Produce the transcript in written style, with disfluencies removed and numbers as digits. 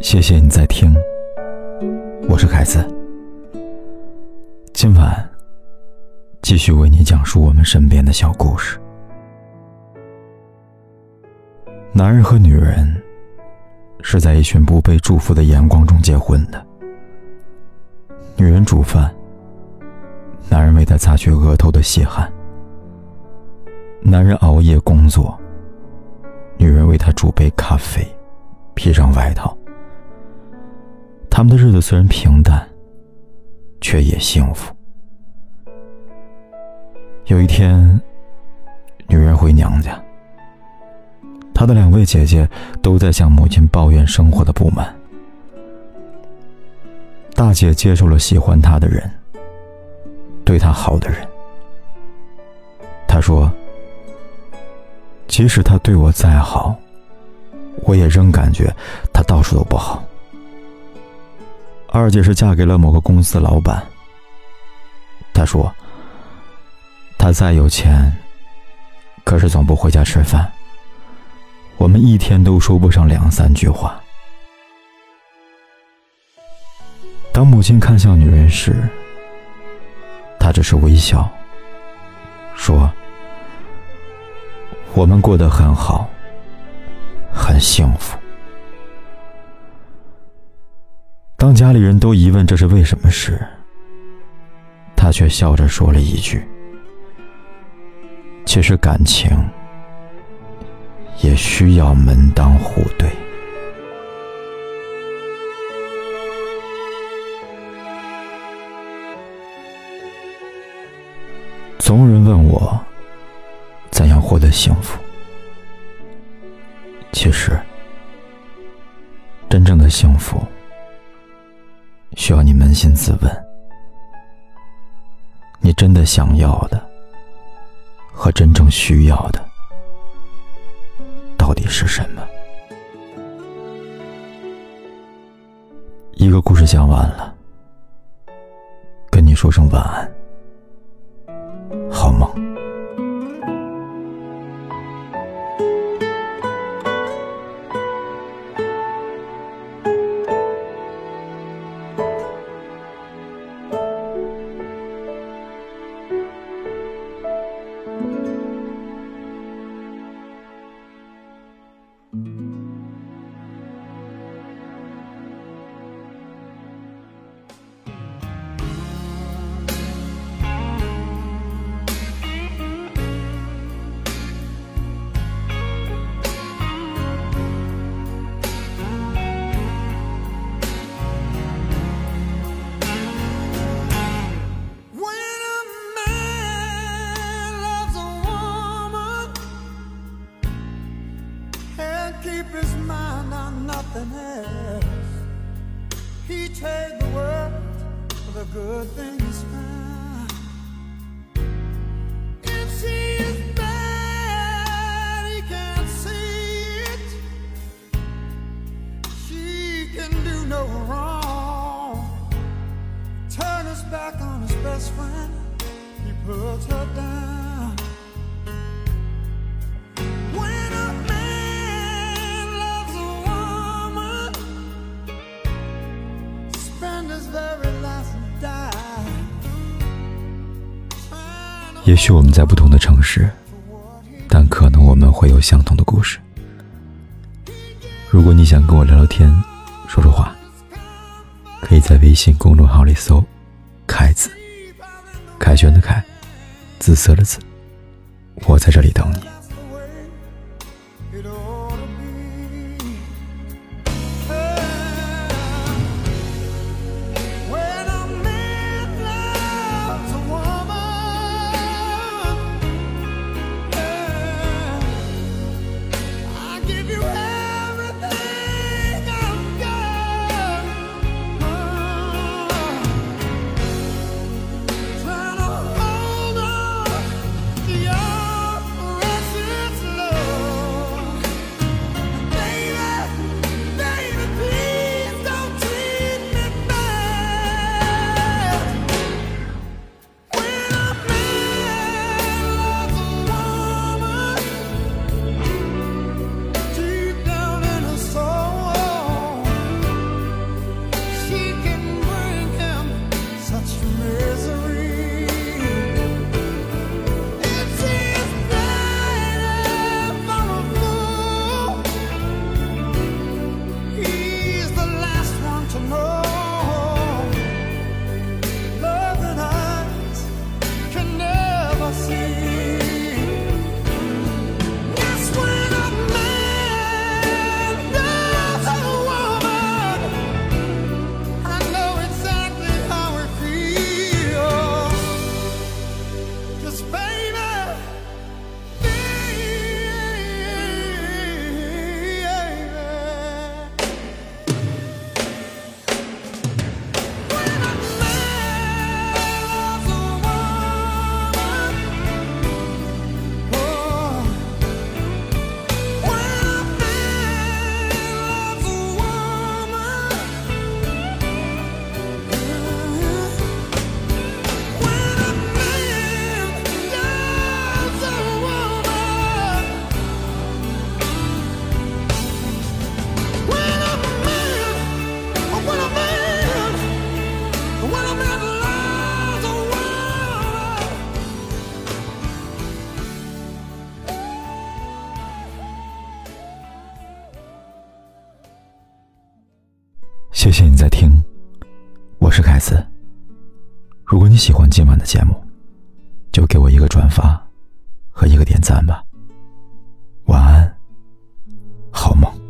谢谢你在听，我是凯子。今晚继续为你讲述我们身边的小故事。男人和女人是在一群不被祝福的眼光中结婚的。女人煮饭，男人为她擦去额头的血汗；男人熬夜工作，女人为他煮杯咖啡，披上外套。他们的日子虽然平淡，却也幸福。有一天，女人回娘家，她的2位姐姐都在向母亲抱怨生活的不满。大姐接受了喜欢她的人，对她好的人。她说，即使他对我再好，我也仍感觉他到处都不好。二姐是嫁给了某个公司老板，她说，他再有钱，可是总不回家吃饭，我们一天都说不上2、3句话。当母亲看向女人时，她只是微笑，说，我们过得很好，很幸福。当家里人都疑问这是为什么时，他却笑着说了一句，其实感情也需要门当户对。总有人问我怎样获得幸福。其实真正的幸福需要你扪心自问，你真的想要的和真正需要的到底是什么？一个故事讲完了，跟你说声晚安，好梦。 Keep his mind on nothing else. He trade the world for the good things found. If she is bad, he can't see it. She can do no wrong. Turn his back on his best friend, he puts her down. 也许我们在不同的城市，但可能我们会有相同的故事。如果你想跟我聊聊天，说说话，可以在微信公众号里搜凯子，凯旋的凯，紫色的紫，我在这里等你。 谢谢你在听，我是凯子。如果你喜欢今晚的节目，就给我一个转发和一个点赞吧。晚安，好梦。